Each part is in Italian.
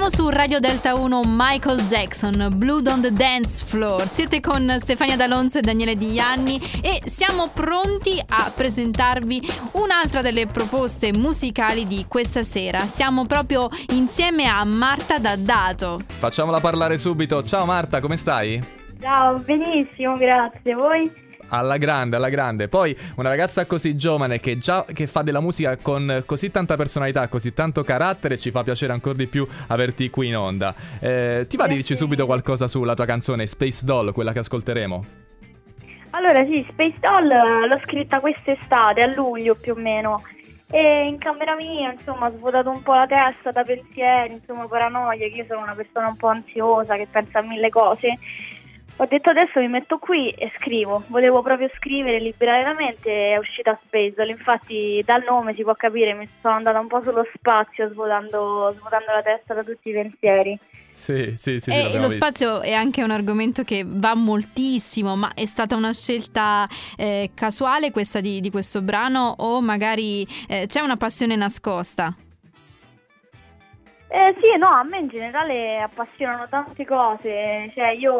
Siamo su Radio Delta 1, Michael Jackson, Blood on the Dance Floor. Siete con Stefania D'Alonso e Daniele Di Ianni e siamo pronti a presentarvi un'altra delle proposte musicali di questa sera. Siamo proprio insieme a Marta D'Addato. Facciamola parlare subito. Ciao Marta, come stai? Ciao, benissimo, grazie. Voi? Alla grande, alla grande. Poi una ragazza così giovane che fa della musica con così tanta personalità, così tanto carattere, ci fa piacere ancora di più averti qui in onda. Ti va di dirci subito qualcosa sulla tua canzone Space Doll, quella che ascolteremo? Allora sì, Space Doll l'ho scritta quest'estate, a luglio più o meno. E in camera mia, insomma, ho svuotato un po' la testa da pensieri, insomma, paranoie, che io sono una persona un po' ansiosa, che pensa a mille cose. Ho detto adesso mi metto qui e scrivo, volevo proprio scrivere, liberare la mente e è uscita Space Doll, infatti dal nome si può capire, mi sono andata un po' sullo spazio svuotando la testa da tutti i pensieri. Sì, e lo spazio è anche un argomento che va moltissimo, ma è stata una scelta casuale questa di questo brano o magari c'è una passione nascosta? Sì, no, a me in generale appassionano tante cose, cioè io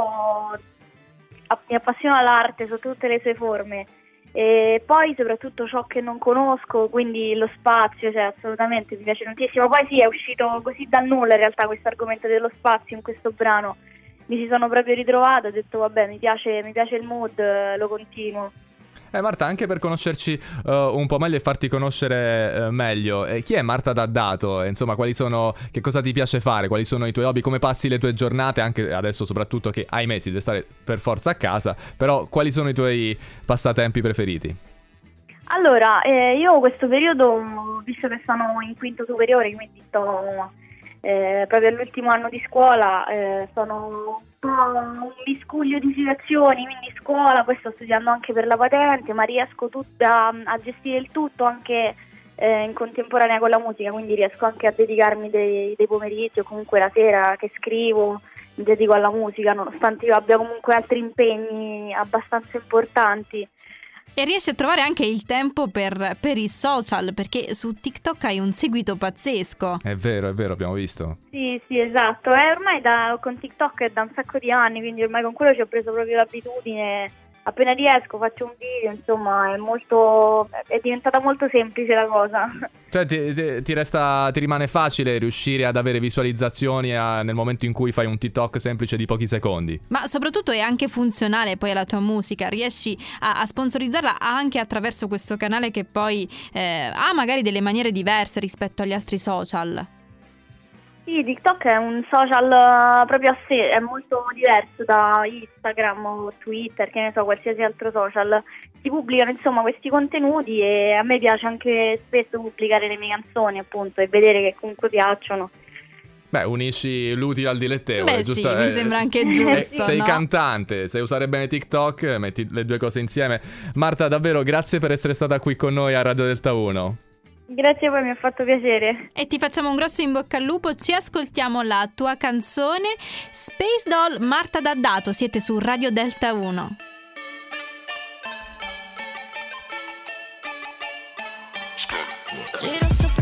mi appassiono l'arte sotto tutte le sue forme e poi soprattutto ciò che non conosco, quindi lo spazio, cioè assolutamente mi piace tantissimo. Poi sì, è uscito così dal nulla in realtà questo argomento dello spazio in questo brano, mi ci sono proprio ritrovata, ho detto vabbè mi piace il mood, lo continuo. Marta, anche per conoscerci un po' meglio e farti conoscere meglio, chi è Marta D'Addato? Insomma, che cosa ti piace fare? Quali sono i tuoi hobby? Come passi le tue giornate? Anche adesso soprattutto che ahimè si deve stare per forza a casa, però quali sono i tuoi passatempi preferiti? Allora, io questo periodo, visto che sono in quinto superiore, quindi sto proprio all'ultimo anno di scuola, sono un po' un miscuglio di situazioni, quindi scuola, poi sto studiando anche per la patente, ma riesco a gestire il tutto anche in contemporanea con la musica, quindi riesco anche a dedicarmi dei pomeriggi o comunque la sera che scrivo, mi dedico alla musica, nonostante io abbia comunque altri impegni abbastanza importanti. E riesci a trovare anche il tempo per i social, perché su TikTok hai un seguito pazzesco. È vero, abbiamo visto. Sì, esatto. Ormai con TikTok è da un sacco di anni, quindi ormai con quello ci ho preso proprio l'abitudine. Appena riesco faccio un video, insomma, è diventata molto semplice la cosa. Cioè ti rimane facile riuscire ad avere visualizzazioni nel momento in cui fai un TikTok semplice di pochi secondi. Ma soprattutto è anche funzionale poi alla tua musica, riesci a sponsorizzarla anche attraverso questo canale che poi ha magari delle maniere diverse rispetto agli altri social. Sì, TikTok è un social proprio a sé, è molto diverso da Instagram o Twitter, che ne so, qualsiasi altro social. Si pubblicano insomma questi contenuti e a me piace anche spesso pubblicare le mie canzoni appunto e vedere che comunque piacciono. Beh, unisci l'utile al dilettevole, Beh, giusto? Sì, mi sembra anche giusto. Sei no? cantante, sai usare bene TikTok, metti le due cose insieme. Marta, davvero grazie per essere stata qui con noi a Radio Delta 1. Grazie a voi, mi ha fatto piacere. E ti facciamo un grosso in bocca al lupo. Ci ascoltiamo la tua canzone Space Doll, Marta D'Addato. Siete su Radio Delta 1. Giro